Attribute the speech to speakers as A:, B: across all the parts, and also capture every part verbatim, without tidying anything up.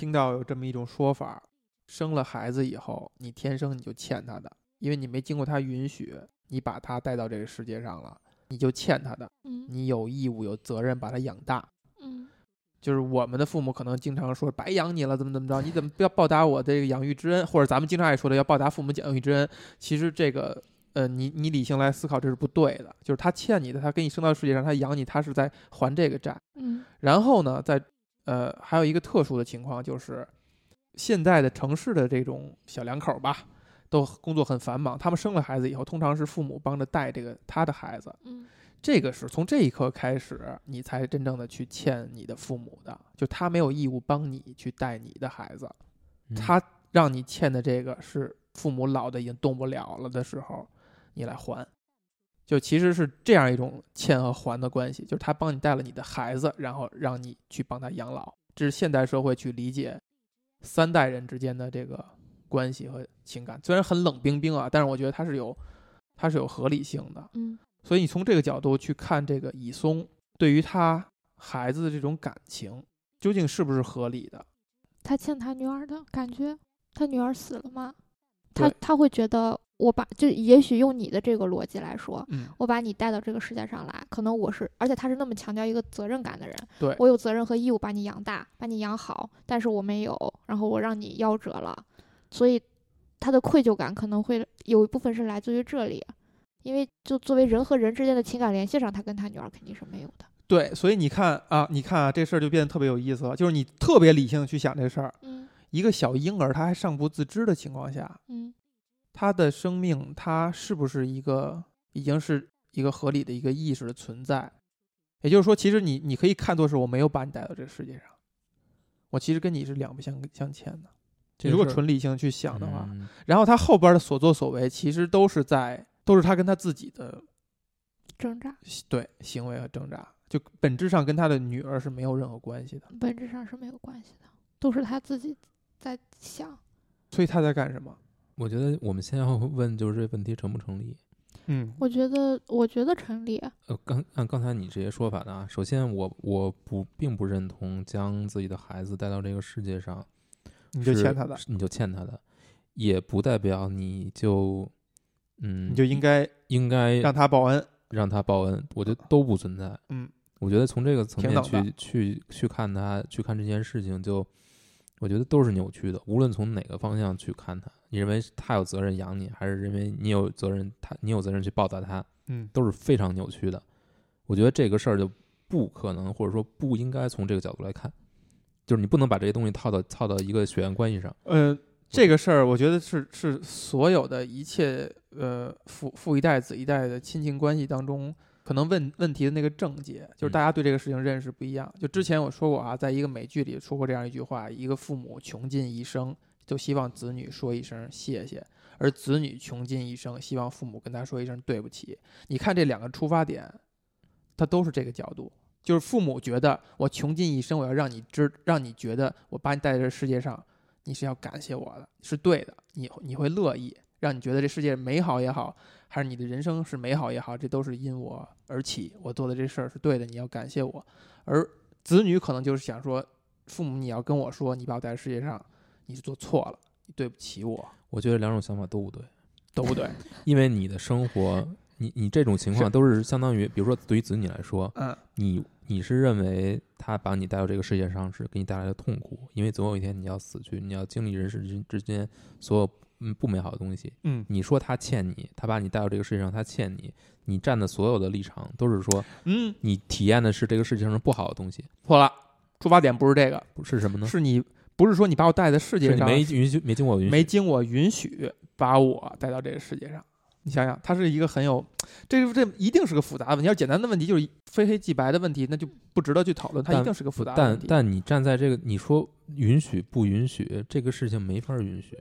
A: 听到有这么一种说法，生了孩子以后，你天生你就欠他的，因为你没经过他允许，你把他带到这个世界上了，你就欠他的，
B: 嗯，
A: 你有义务有责任把他养大。
B: 嗯，
A: 就是我们的父母可能经常说白养你了，怎么怎么着，你怎么不要报答我这个养育之恩，或者咱们经常爱说的要报答父母养育之恩。其实这个呃，你你理性来思考，这是不对的。就是他欠你的，他给你生到世界上，他养你，他是在还这个债。
B: 嗯，
A: 然后呢，在呃还有一个特殊的情况，就是现在的城市的这种小两口吧，都工作很繁忙，他们生了孩子以后，通常是父母帮着带这个他的孩子。
B: 嗯，
A: 这个是从这一刻开始，你才真正的去欠你的父母的，就他没有义务帮你去带你的孩子，
C: 嗯
A: 他让你欠的这个是父母老的已经动不了了的时候，你来还。就其实是这样一种欠和还的关系，就是他帮你带了你的孩子，然后让你去帮他养老。这是现代社会去理解三代人之间的这个关系和情感，虽然很冷冰冰啊，但是我觉得它是有它是有合理性的。
B: 嗯，
A: 所以你从这个角度去看这个以松对于他孩子的这种感情究竟是不是合理的。
B: 他欠他女儿的感觉，他女儿死了嘛，他
A: 对
B: 他会觉得我把就也许用你的这个逻辑来说，
A: 嗯，
B: 我把你带到这个世界上来，可能我是，而且他是那么强调一个责任感的人，
A: 对，
B: 我有责任和义务把你养大，把你养好，但是我没有，然后我让你夭折了，所以他的愧疚感可能会有一部分是来自于这里，因为就作为人和人之间的情感联系上，他跟他女儿肯定是没有的。
A: 对，所以你看啊，你看啊，这事儿就变得特别有意思了，就是你特别理性的去想这事儿，
B: 嗯
A: 一个小婴儿他还尚不自知的情况下，
B: 嗯
A: 他的生命他是不是一个已经是一个合理的一个意识的存在？也就是说，其实你你可以看作是我没有把你带到这个世界上，我其实跟你是两不相相欠的。你如果纯理性去想的话，
C: 嗯、
A: 然后他后边的所作所为，其实都是在都是他跟他自己的
B: 挣扎，
A: 对行为和挣扎，就本质上跟他的女儿是没有任何关系的，
B: 本质上是没有关系的，都是他自己在想。
A: 所以他在干什么？
C: 我觉得我们先要问，就是这问题成不成立？
A: 嗯，
B: 我觉得，我觉得成立。
C: 呃，刚按刚才你这些说法的啊，首先我我不并不认同将自己的孩子带到这个世界上，
A: 你就欠他的，
C: 你就欠他的，也不代表你就嗯，
A: 你就应该
C: 应该
A: 让他报恩，
C: 让他报恩，我觉得都不存在。
A: 嗯，
C: 我觉得从这个层面
A: 平等
C: 去去去看他，去看这件事情就，我觉得都是扭曲的。无论从哪个方向去看他，你认为他有责任养你，还是认为你有责任他你有责任去报答他，
A: 嗯，
C: 都是非常扭曲的。我觉得这个事儿就不可能，或者说不应该从这个角度来看，就是你不能把这些东西套到套到一个血缘关系上。
A: 呃，这个事儿我觉得是是所有的一切呃父父一代子一代的亲情关系当中，可能问问题的那个症结，就是大家对这个事情认识不一样。就之前我说过啊，在一个美剧里说过这样一句话：一个父母穷尽一生，就希望子女说一声谢谢，而子女穷尽一生，希望父母跟他说一声对不起。你看这两个出发点，它都是这个角度。就是父母觉得我穷尽一生，我要让你知，让你觉得我把你带在这世界上，你是要感谢我的，是对的，你你会乐意，让你觉得这世界美好也好，还是你的人生是美好也好，这都是因我而起，我做的这事儿是对的，你要感谢我。而子女可能就是想说，父母你要跟我说，你把我带在世界上，你是做错了，你对不起我。
C: 我觉得两种想法都不对，
A: 都不对，
C: 因为你的生活，你你这种情况都是相当于，比如说对于子女来说，
A: 嗯，
C: 你你是认为他把你带到这个世界上是给你带来的痛苦，因为总有一天你要死去，你要经历人世之之间所有嗯不美好的东西。
A: 嗯，
C: 你说他欠你，他把你带到这个世界上，他欠你，你站的所有的立场都是说，
A: 嗯，
C: 你体验的是这个世界上不好的东西。
A: 错了，出发点不是这个，
C: 不是什么呢？
A: 是你不是说你把我带在世界上，
C: 没允许，没经过允许，
A: 没经我允许把我带到这个世界上。你想想，它是一个很有，这这一定是个复杂的问题。要简单的问题，就是非黑即白的问题，那就不值得去讨论。它一定是个复杂的问题。
C: 但但你站在这个，你说允许不允许，这个事情没法允许。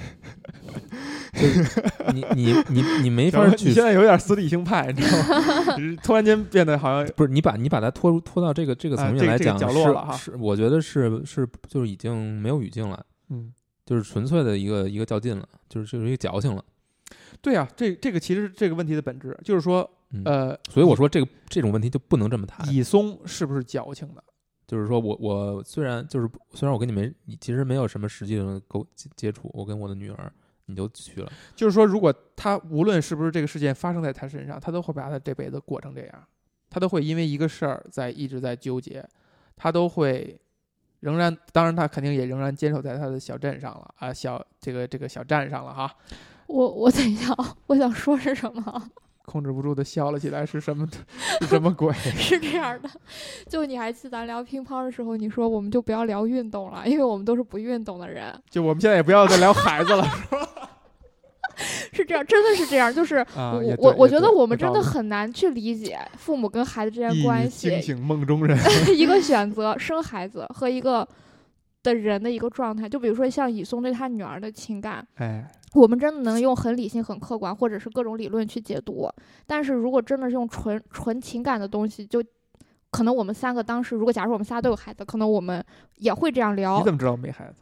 C: 就是你你你你没法去。
A: 你现在有点私理性派，你知道吗？突然间变得好像
C: 不是你把你把它拖拖到这个这个层面来讲，
A: 啊这个、角落了哈。
C: 是，我觉得是是就是已经没有语境了，
A: 嗯，
C: 就是纯粹的一个一个较劲了，就是就是一个矫情了。
A: 对啊，这这个其实是这个问题的本质，就是说，
C: 嗯、
A: 呃，
C: 所以我说这个这种问题就不能这么谈。
A: 以松是不是矫情的？
C: 就是说我我虽然就是虽然我跟你没其实没有什么实际的沟接触，我跟我的女儿你就去了，
A: 就是说，如果他无论是不是这个事件发生在他身上，他都会把他这辈子过成这样，他都会因为一个事儿在一直在纠结，他都会仍然，当然他肯定也仍然坚守在他的小镇上了啊，小这个这个小站上了哈。
B: 我我等一下，我想说是什么？
A: 控制不住的笑了起来，是什么？是什么鬼？
B: 是这样的，就你还记得咱聊乒乓的时候，你说我们就不要聊运动了，因为我们都是不运动的人。
A: 就我们现在也不要再聊孩子了，是吧？
B: 是这样，真的是这样，就是
A: 啊、
B: 我
A: 我
B: 我我觉得我们真的很难去理解父母跟孩子之间关系。
A: 惊醒梦中人，
B: 一个选择生孩子和一个的人的一个状态，就比如说像以松对他女儿的情感，
A: 哎。
B: 我们真的能用很理性、很客观，或者是各种理论去解读。但是如果真的是用纯纯情感的东西，就可能我们三个当时，如果假如我们仨都有孩子，可能我们也会这样聊。
A: 你怎么知道我没孩子？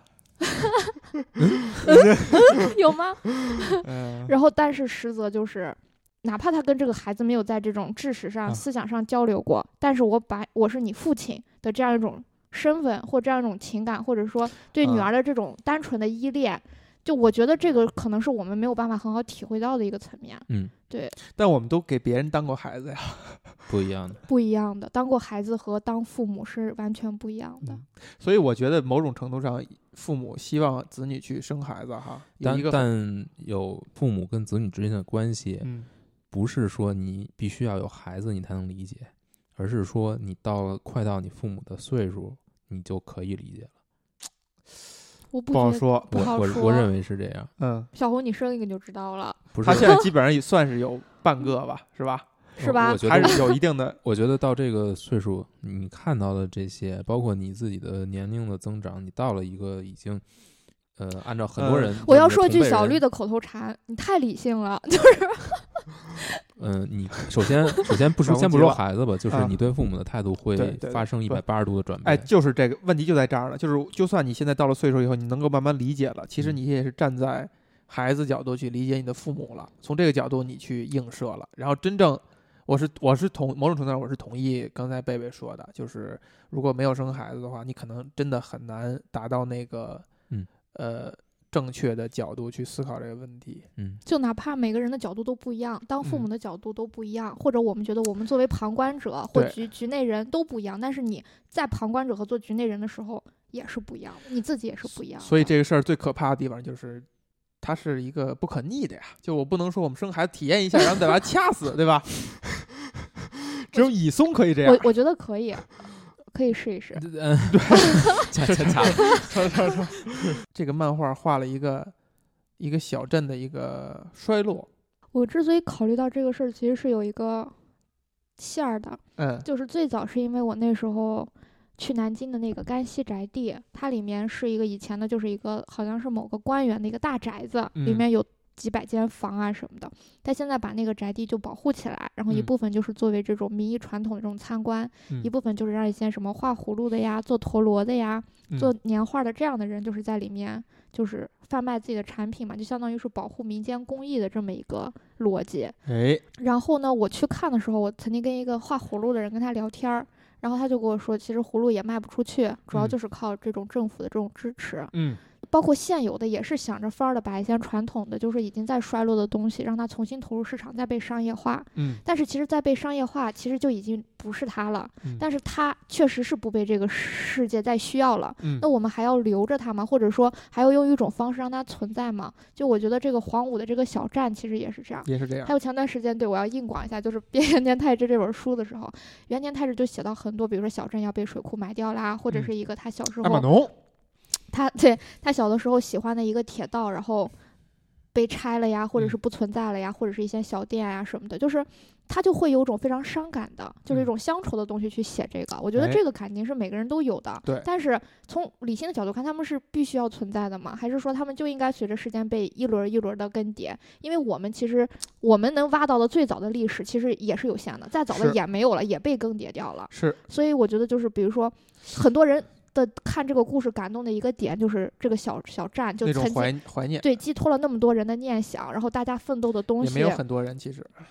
B: 有吗？
A: 嗯、
B: 然后，但是实则就是，哪怕他跟这个孩子没有在这种知识上、
A: 啊、
B: 思想上交流过，但是我把我是你父亲的这样一种身份或这样一种情感，或者说对女儿的这种单纯的依恋。啊就我觉得这个可能是我们没有办法很好体会到的一个层面。
C: 嗯，
B: 对。
A: 但我们都给别人当过孩子呀，
C: 不一样的，
B: 不一样的。当过孩子和当父母是完全不一样的。
A: 嗯、所以我觉得某种程度上，父母希望子女去生孩子哈，有
C: 但
A: 一个
C: 但有父母跟子女之间的关系，
A: 嗯，
C: 不是说你必须要有孩子你才能理解，而是说你到了快到你父母的岁数，你就可以理解了。
B: 我不
A: 不好说，
B: 不好说。
C: 我我认为是这样。
A: 嗯，
B: 小红，你生一个就知道了。
C: 不是，
A: 他现在基本上也算是有半个吧，是吧？
B: 是吧？
C: 我觉得
A: 还是有一定的。
C: 我觉得到这个岁数，你看到的这些，包括你自己的年龄的增长，你到了一个已经，呃，按照很多人，
B: 嗯、我要说句小绿的口头禅，你太理性了，就是。
C: 嗯，你首先首先不说先不说孩子吧，就是你对父母的态度会发生一百八十度的转变。
A: 哎，就是这个问题就在这儿了，就是就算你现在到了岁数以后，你能够慢慢理解了，其实你也是站在孩子角度去理解你的父母了，从这个角度你去映射了，然后真正，我是我是同某种程度上我是同意刚才贝贝说的，就是如果没有生孩子的话，你可能真的很难达到那个
C: 嗯
A: 呃。正确的角度去思考这个问题，
C: 嗯，
B: 就哪怕每个人的角度都不一样，当父母的角度都不一样，嗯、或者我们觉得我们作为旁观者或局局内人都不一样，但是你在旁观者和做局内人的时候也是不一样的，你自己也是不一样的。
A: 所以这个事儿最可怕的地方就是，它是一个不可逆的呀。就我不能说我们生孩子体验一下，然后再把它掐死，对吧？只有以松可以这样。
B: 我我觉得可以。可以试一试。
C: 嗯，对，掐掐掐。
A: 这个漫画画了一个一个小镇的一个衰落。
B: 我之所以考虑到这个事儿，其实是有一个线儿的。
A: 嗯，
B: 就是最早是因为我那时候去南京的那个甘溪宅地，它里面是一个以前的，就是一个好像是某个官员的一个大宅子，
A: 嗯、
B: 里面有几百间房啊什么的。他现在把那个宅地就保护起来，然后一部分就是作为这种民俗传统的这种参观、
A: 嗯、
B: 一部分就是让一些什么画葫芦的呀、做陀螺的呀、
A: 嗯、
B: 做年画的这样的人，就是在里面就是贩卖自己的产品嘛，就相当于是保护民间工艺的这么一个逻辑。
A: 哎，
B: 然后呢，我去看的时候，我曾经跟一个画葫芦的人跟他聊天儿，然后他就跟我说，其实葫芦也卖不出去，主要就是靠这种政府的这种支持。
A: 嗯。
B: 包括现有的也是想着法儿的把一些传统的就是已经在衰落的东西让它重新投入市场再被商业化，
A: 嗯，
B: 但是其实在被商业化其实就已经不是它了、
A: 嗯、
B: 但是它确实是不被这个世界再需要了、
A: 嗯、
B: 那我们还要留着它吗？或者说还要用一种方式让它存在吗？就我觉得这个黄武的这个小站其实也是这样，
A: 也是这样。
B: 还有前段时间对我要硬广一下，就是编元田泰治这本书的时候，元田泰治就写到很多比如说小镇要被水库埋掉啦，或者是一个他小时候、
A: 嗯、阿玛农
B: 他对他小的时候喜欢的一个铁道，然后被拆了呀，或者是不存在了呀，嗯、或者是一些小店呀什么的，就是他就会有一种非常伤感的，就是一种乡愁的东西去写这个。嗯、我觉得这个肯定是每个人都有的，
A: 对。
B: 但是从理性的角度看，他们是必须要存在的吗？还是说他们就应该随着时间被一轮一轮的更迭？因为我们其实我们能挖到的最早的历史其实也是有限的，再早的也没有了，也被更迭掉了。
A: 是。
B: 所以我觉得就是比如说很多人的看这个故事感动的一个点，就是这个小小站就曾经
A: 怀怀念，
B: 对，寄托了那么多人的念想，然后大家奋斗的东西
A: 也没有很多人，其实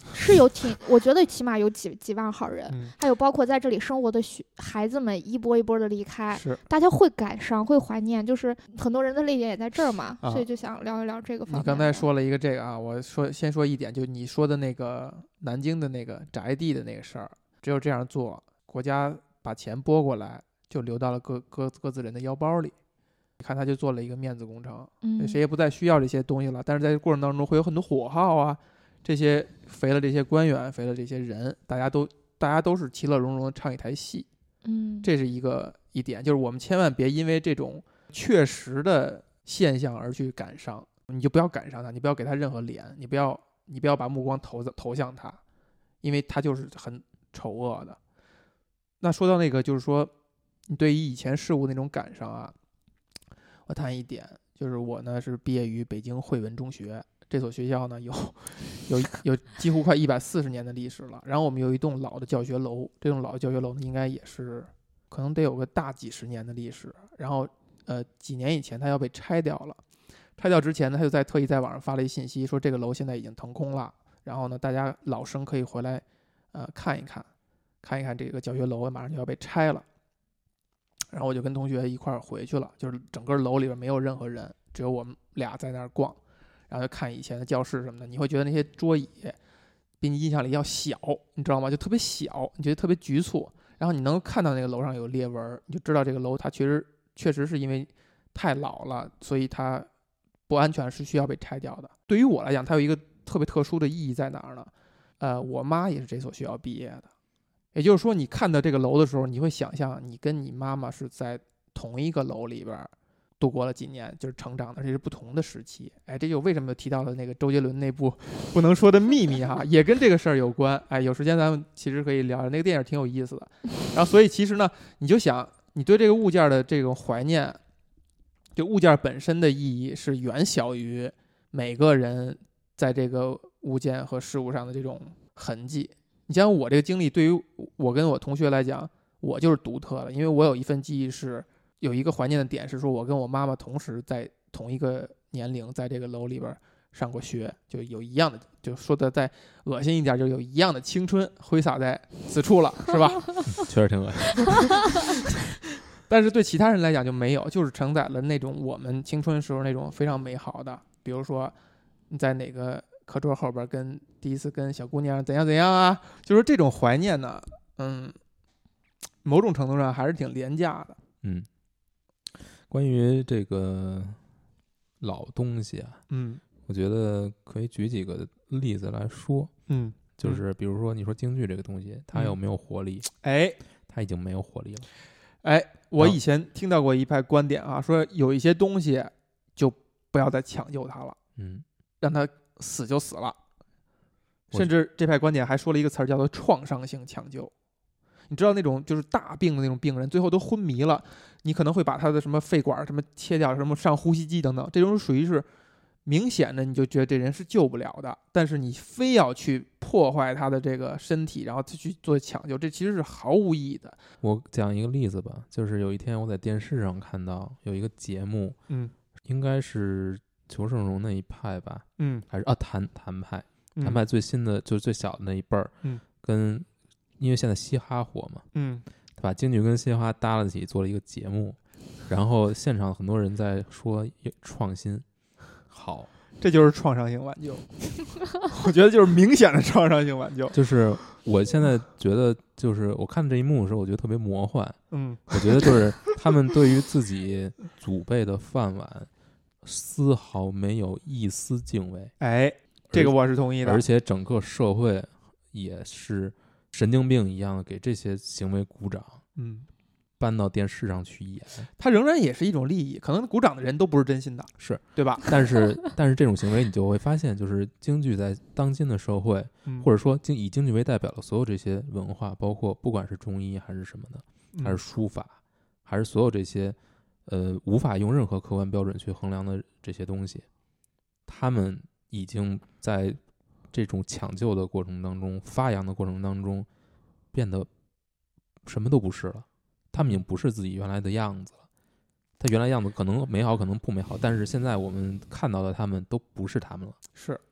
B: 是有挺，我觉得起码有几几万号人，
A: 嗯，
B: 还有包括在这里生活的学孩子们一波一波的离开，
A: 是
B: 大家会感伤，会怀念，就是很多人的泪点也在这儿嘛，
A: 啊
B: 所以就想聊一聊这个方面。
A: 你刚才说了一个这个啊，我说先说一点，就你说的那个南京的那个宅地的那个事儿，只有这样做，国家把钱拨过来，就流到了各各各自人的腰包里。你看他就做了一个面子工程，
B: 嗯，
A: 谁也不再需要这些东西了，但是在这过程当中会有很多火耗啊，这些肥了这些官员，肥了这些人，大家都大家都是其乐融融的唱一台戏，
B: 嗯，
A: 这是一个一点，就是我们千万别因为这种确实的现象而去感伤，你就不要感伤他，你不要给他任何脸，你不要你不要把目光投投向他，因为他就是很丑恶的。那说到那个，就是说你对于以前事物那种感伤啊，我谈一点，就是我呢是毕业于北京汇文中学，这所学校呢有有有几乎快一百四十年的历史了。然后我们有一栋老的教学楼，这栋老的教学楼呢应该也是可能得有个大几十年的历史。然后呃几年以前它要被拆掉了，拆掉之前呢他就在特意在网上发了一信息，说这个楼现在已经腾空了，然后呢大家老生可以回来呃看一看，看一看这个教学楼马上就要被拆了。然后我就跟同学一块儿回去了，就是整个楼里边没有任何人，只有我们俩在那儿逛，然后就看以前的教室什么的，你会觉得那些桌椅比你印象里要小，你知道吗？就特别小，你觉得特别局促。然后你能看到那个楼上有裂纹，你就知道这个楼它确实确实是因为太老了，所以它不安全，是需要被拆掉的。对于我来讲，它有一个特别特殊的意义在哪儿呢？呃，我妈也是这所学校毕业的。也就是说，你看到这个楼的时候，你会想象你跟你妈妈是在同一个楼里边度过了几年，就是成长的，这是不同的时期。哎，这就为什么提到了那个周杰伦那部不能说的秘密哈，也跟这个事儿有关。哎，有时间咱们其实可以聊聊，那个电影挺有意思的。然后，所以其实呢，你就想，你对这个物件的这种怀念，就物件本身的意义是远小于每个人在这个物件和事物上的这种痕迹。你像我这个经历，对于我跟我同学来讲，我就是独特的，因为我有一份记忆是有一个怀念的点，是说我跟我妈妈同时在同一个年龄，在这个楼里边上过学，就有一样的，就说的再恶心一点，就有一样的青春挥洒在此处了，是吧？
C: 确实挺恶心。
A: 但是对其他人来讲就没有，就是承载了那种我们青春时候那种非常美好的，比如说你在哪个课桌后边跟第一次跟小姑娘怎样怎样啊，就是这种怀念呢，嗯，某种程度上还是挺廉价的。
C: 嗯，关于这个老东西啊，
A: 嗯，
C: 我觉得可以举几个例子来说。
A: 嗯，
C: 就是比如说你说京剧这个东西，它有没有活力？
A: 哎，
C: 它已经没有活力了。
A: 哎，我以前听到过一派观点啊，说有一些东西就不要再抢救它了，
C: 嗯，
A: 让它死就死了。甚至这派观点还说了一个词儿叫做创伤性抢救。你知道那种就是大病的那种病人，最后都昏迷了，你可能会把他的什么肺管什么切掉，什么上呼吸机等等，这种属于是明显的，你就觉得这人是救不了的，但是你非要去破坏他的这个身体，然后去做抢救，这其实是毫无意义的。
C: 我讲一个例子吧，就是有一天我在电视上看到有一个节目，
A: 嗯，
C: 应该是裘盛戎那一派吧，
A: 嗯，
C: 还是啊谭谭派，
A: 嗯
C: 谭派最新的就是最小的那一辈儿，
A: 嗯，
C: 跟因为现在嘻哈火嘛，
A: 嗯，
C: 他把京剧跟嘻哈搭了起做了一个节目，然后现场很多人在说创新好，
A: 这就是创伤性挽救。我觉得就是明显的创伤性挽救。
C: 就是我现在觉得，就是我看这一幕的时候，我觉得特别魔幻。
A: 嗯，
C: 我觉得就是他们对于自己祖辈的饭碗丝毫没有一丝敬畏。
A: 哎，这个我是同意的。
C: 而且整个社会也是神经病一样的给这些行为鼓掌。
A: 嗯。
C: 搬到电视上去演，
A: 它仍然也是一种利益，可能鼓掌的人都不是真心的，
C: 是
A: 对吧？
C: 但是，但是这种行为你就会发现，就是京剧在当今的社会，
A: 嗯、
C: 或者说京以京剧为代表的所有这些文化，包括不管是中医还是什么的，还是书法，嗯、还是所有这些呃无法用任何客观标准去衡量的这些东西，他们已经在这种抢救的过程当中、发扬的过程当中，变得什么都不是了。他们已经不是自己原来的样子了，他原来样子可能美好，可能不美好，但是现在我们看到的他们都不是他们了。
A: 是，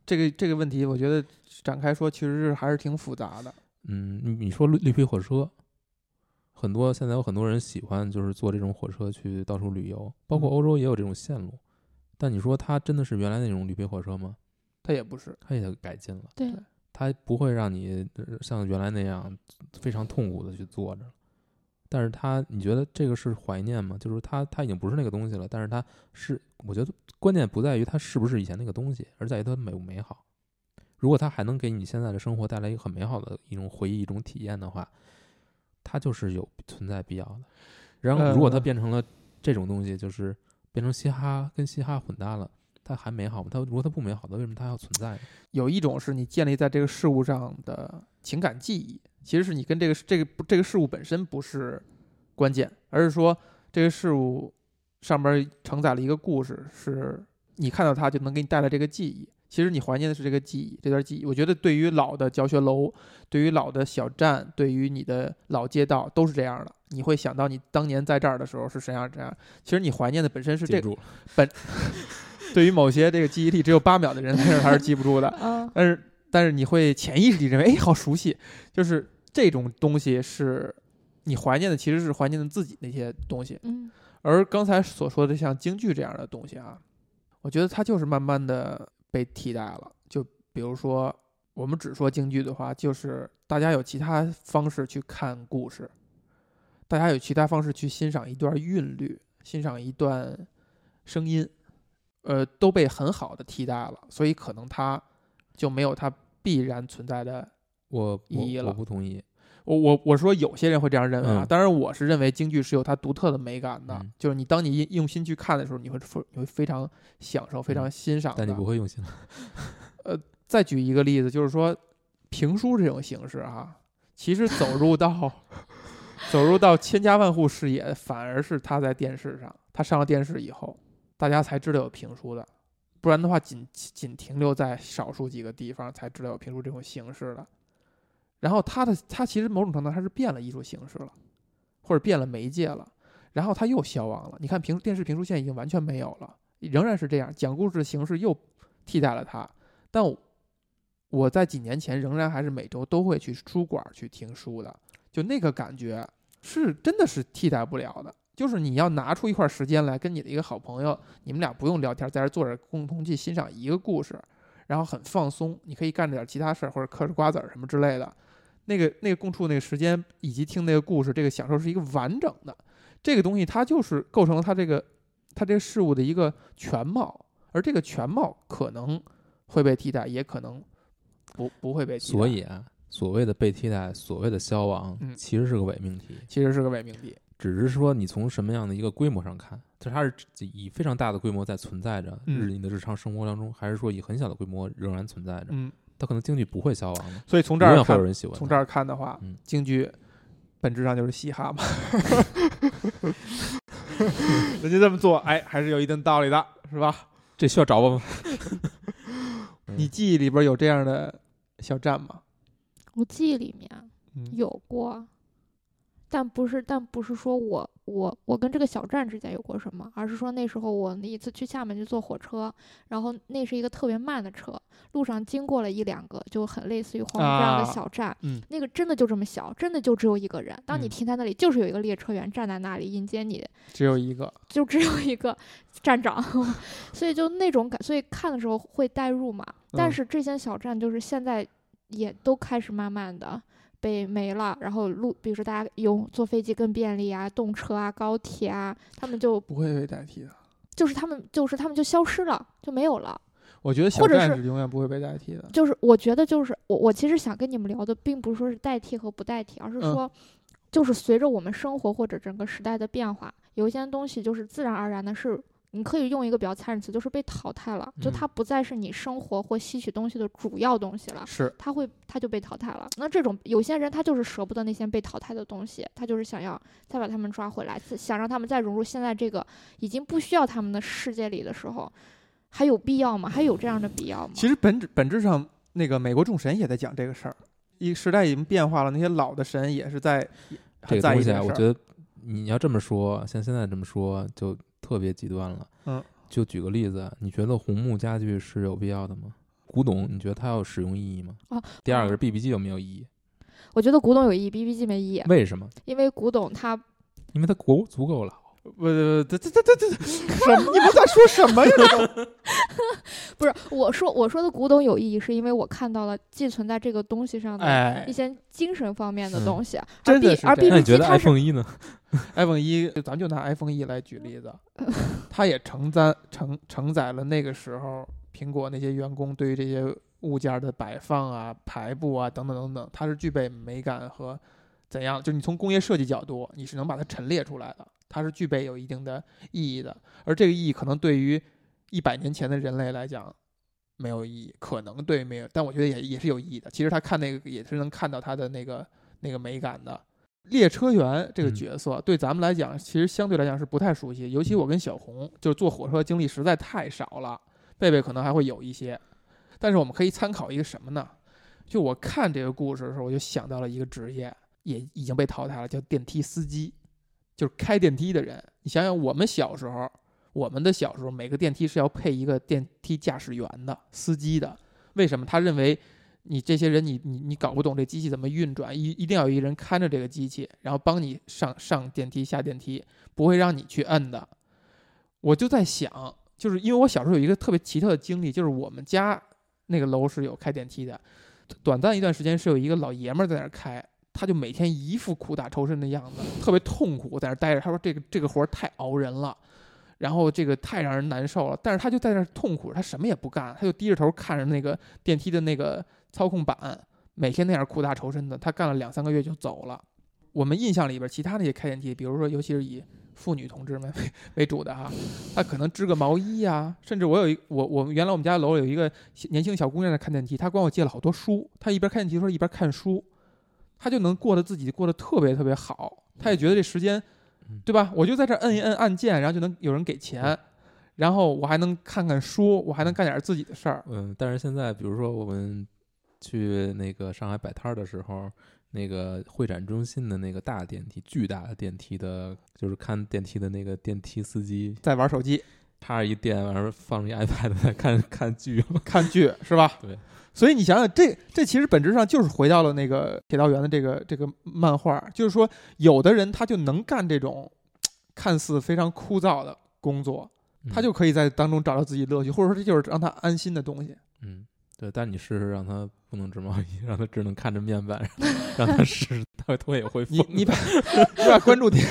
A: 这个这个问题，我觉得展开说，其实是还是挺复杂的。
C: 嗯，你你说绿绿皮火车，很多现在有很多人喜欢就是坐这种火车去到处旅游，包括欧洲也有这种线路。但你说它真的是原来那种绿皮火车吗？
A: 它也不是，
C: 它也改进了。
B: 对，
C: 它不会让你像原来那样非常痛苦的去坐着。但是它，你觉得这个是怀念吗？就是它，它已经不是那个东西了。但是它是，我觉得关键不在于它是不是以前那个东西，而在于它美不美好。如果它还能给你现在的生活带来一个很美好的一种回忆、一种体验的话，它就是有存在必要的。然后，如果它变成了这种东西，就是变成嘻哈跟嘻哈混搭了，它还美好吗？它如果它不美好，那为什么它要存在呢？
A: 有一种是你建立在这个事物上的情感记忆，其实是你跟这个这个这个事物本身不是关键，而是说这个事物上边承载了一个故事，是你看到它就能给你带来这个记忆。其实你怀念的是这个记忆，这段记忆。我觉得对于老的教学楼，对于老的小站，对于你的老街道都是这样的。你会想到你当年在这儿的时候是什么样这样。其实你怀念的本身是这个本。对于某些这个记忆力只有八秒的人，但是他是记不住的。但是但是你会潜意识里认为，哎，好熟悉。就是这种东西是你怀念的，其实是怀念的自己那些东西。
B: 嗯。
A: 而刚才所说的像京剧这样的东西啊，我觉得它就是慢慢的被替代了。就比如说我们只说京剧的话，就是大家有其他方式去看故事，大家有其他方式去欣赏一段韵律，欣赏一段声音，呃，都被很好的替代了，所以可能它就没有它必然存在的意义了。
C: 我我不同意。
A: 我我我说有些人会这样认为啊，
C: 嗯、
A: 当然我是认为京剧是有它独特的美感的，
C: 嗯、
A: 就是你当你用心去看的时候，你会你会非常享受、非常欣赏的。
C: 但你不会用心。
A: 呃，再举一个例子，就是说评书这种形式啊，其实走入到走入到千家万户视野，反而是它在电视上，它上了电视以后，大家才知道有评书的，不然的话仅仅停留在少数几个地方才知道有评书这种形式的。然后它的它其实某种程度它是变了艺术形式了，或者变了媒介了，然后它又消亡了。你看评电视评书现在已经完全没有了，仍然是这样，讲故事的形式又替代了它。但我我在几年前仍然还是每周都会去书馆去听书的，就那个感觉是真的是替代不了的。就是你要拿出一块时间来跟你的一个好朋友，你们俩不用聊天，在这坐着共同去欣赏一个故事，然后很放松，你可以干点其他事儿或者嗑着瓜子儿什么之类的。那个那个共处那个时间以及听那个故事，这个享受是一个完整的。这个东西它就是构成了它这个它这个事物的一个全貌，而这个全貌可能会被替代，也可能不不会被替代。
C: 所以啊，所谓的被替代，所谓的消亡，
A: 嗯，
C: 其实是个伪命题。
A: 其实是个伪命题，
C: 只是说你从什么样的一个规模上看，就它是以非常大的规模在存在着，日你的日常生活当中，还是说以很小的规模仍然存在着？
A: 嗯。
C: 它可能京剧不会消亡的，
A: 所以从这儿看，
C: 会有人喜欢。
A: 从这儿看的话，
C: 嗯、
A: 京剧本质上就是嘻哈嘛。人家这么做，哎，还是有一定道理的，是吧？
C: 这需要找我吗？
A: 你记忆里边有这样的小站吗？
B: 我记忆里面有过，
A: 嗯、
B: 但不是，但不是说我我我跟这个小站之间有过什么，而是说那时候我一次去厦门去坐火车，然后那是一个特别慢的车，路上经过了一两个就很类似于黄埔这样的小站，
A: 啊嗯、
B: 那个真的就这么小，真的就只有一个人。当你停在那里，就是有一个列车员站在那里迎接你，
A: 只有一个，
B: 就只有一个站长，所以就那种感，所以看的时候会代入嘛。但是这些小站就是现在也都开始慢慢的被没了，然后路，比如说大家用坐飞机更便利啊，动车啊，高铁啊，他们就
A: 不会被代替的，
B: 就是他们就是他们就消失了，就没有了。
A: 我觉得小站是永远不会被代替的。
B: 就是我觉得就是我我其实想跟你们聊的，并不是说是代替和不代替，而是说，嗯、就是随着我们生活或者整个时代的变化，有一些东西就是自然而然的是。你可以用一个比较残忍词，就是被淘汰了，就它不再是你生活或吸取东西的主要东西了，
A: 是
B: 它会它就被淘汰了。那这种有些人他就是舍不得那些被淘汰的东西，他就是想要再把他们抓回来，想让他们再融入现在这个已经不需要他们的世界里的时候，还有必要吗？还有这样的必要吗？
A: 其实本质本质上，那个美国众神也在讲这个事儿，一时代已经变化了，那些老的神也是在
C: 这个东西啊，我觉得你要这么说，像现在这么说就特别极端了。
A: 嗯，
C: 就举个例子，你觉得红木家具是有必要的吗？ 古董，你觉得它有使用意义吗？
B: 哦，
C: 第二个是 B B 机有没有意义？
B: 我觉得古董有意义 ，B B 机没意义。
C: 为什么？
B: 因为古董它，
C: 因为它足足够老。
A: 不，这这这这这什么？你们在说什么呀？
B: 不是我说我说的古董有意义，是因为我看到了寄存在这个东西上的
A: 哎
B: 一，些精神方面的东西。而
A: 真的
B: B 而
A: 是这样
B: B
C: 那
B: B
C: 你觉得
B: 机它是
C: iPhone 一呢？
A: iPhone 一，咱就拿 iPhone 一来举例子，它也承载承承载了那个时候苹果那些员工对于这些物件的摆放啊、排布啊等等等等，它是具备美感和怎样，就是你从工业设计角度，你是能把它陈列出来的，它是具备有一定的意义的。而这个意义可能对于一百年前的人类来讲没有意义，可能对没有，但我觉得也也是有意义的。其实他看那个也是能看到它的那个那个美感的。列车员这个角色、嗯、对咱们来讲其实相对来讲是不太熟悉，尤其我跟小红就是坐火车经历实在太少了，贝贝可能还会有一些，但是我们可以参考一个什么呢？就我看这个故事的时候，我就想到了一个职业也已经被淘汰了，叫电梯司机，就是开电梯的人。你想想我们小时候我们的小时候每个电梯是要配一个电梯驾驶员的司机的，为什么？他认为你这些人你你你搞不懂这机器怎么运转，一一定要有一人看着这个机器，然后帮你上上电梯下电梯，不会让你去摁的。我就在想，就是因为我小时候有一个特别奇特的经历，就是我们家那个楼是有开电梯的，短暂一段时间是有一个老爷们在那儿开，他就每天一副苦打仇深的样子，特别痛苦在那儿待着。他说这个这个活太熬人了，然后这个太让人难受了，但是他就在那儿痛苦，他什么也不干，他就低着头看着那个电梯的那个操控板，每天那样苦打仇深的，他干了两三个月就走了。我们印象里边其他那些开电梯，比如说尤其是以妇女同志们为为主的哈，他可能织个毛衣呀、啊，甚至我有一我我们原来我们家楼有一个年轻小姑娘在看电梯，她管我借了好多书，她一边开电梯的时候一边看书，她就能过得自己过得特别特别好，她也觉得这时间对吧，我就在这摁一摁按键，然后就能有人给钱，然后我还能看看书，我还能干点自己的事儿。
C: 嗯，但是现在比如说我们去那个上海摆摊的时候，那个会展中心的那个大电梯，巨大的电梯的，就是看电梯的那个电梯司机
A: 在玩手机，
C: 插着一电，完了放着一 iPad 在看看剧，
A: 看剧是吧？
C: 对。
A: 所以你想想，这这其实本质上就是回到了那个铁道员的这个这个漫画，就是说，有的人他就能干这种看似非常枯燥的工作，他就可以在当中找到自己乐趣，或者说这就是让他安心的东西。
C: 嗯，对。但你试试让他不能织毛衣，让他只能看着面板，让他试试，他他也会疯。
A: 你你把你把关注点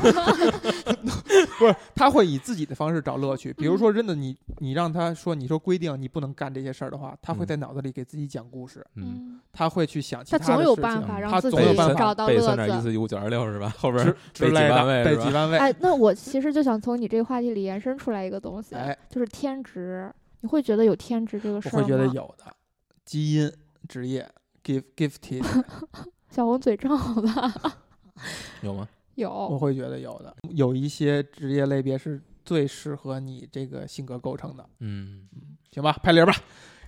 A: 不是，他会以自己的方式找乐趣。比如说，真的你你让他说，你说规定你不能干这些事儿的话，他会在脑子里给自己讲故事。
C: 嗯，
A: 他会去想其他的事情。
B: 他总有办法让自己找到乐子。
C: 背三点一四一五九二六是吧？后边
A: 背几万
C: 位，
A: 背几万位。
B: 哎，那我其实就想从你这个话题里延伸出来一个东西，
A: 哎，
B: 就是天职。你会觉得有天职这个事儿吗？
A: 我会觉得有的，基因、职业 ，give gifted。
B: 小红嘴张好大。
C: 有吗？
B: 有，
A: 我会觉得有的，有一些职业类别是最适合你这个性格构成的。
C: 嗯，
A: 行吧，拍铃吧。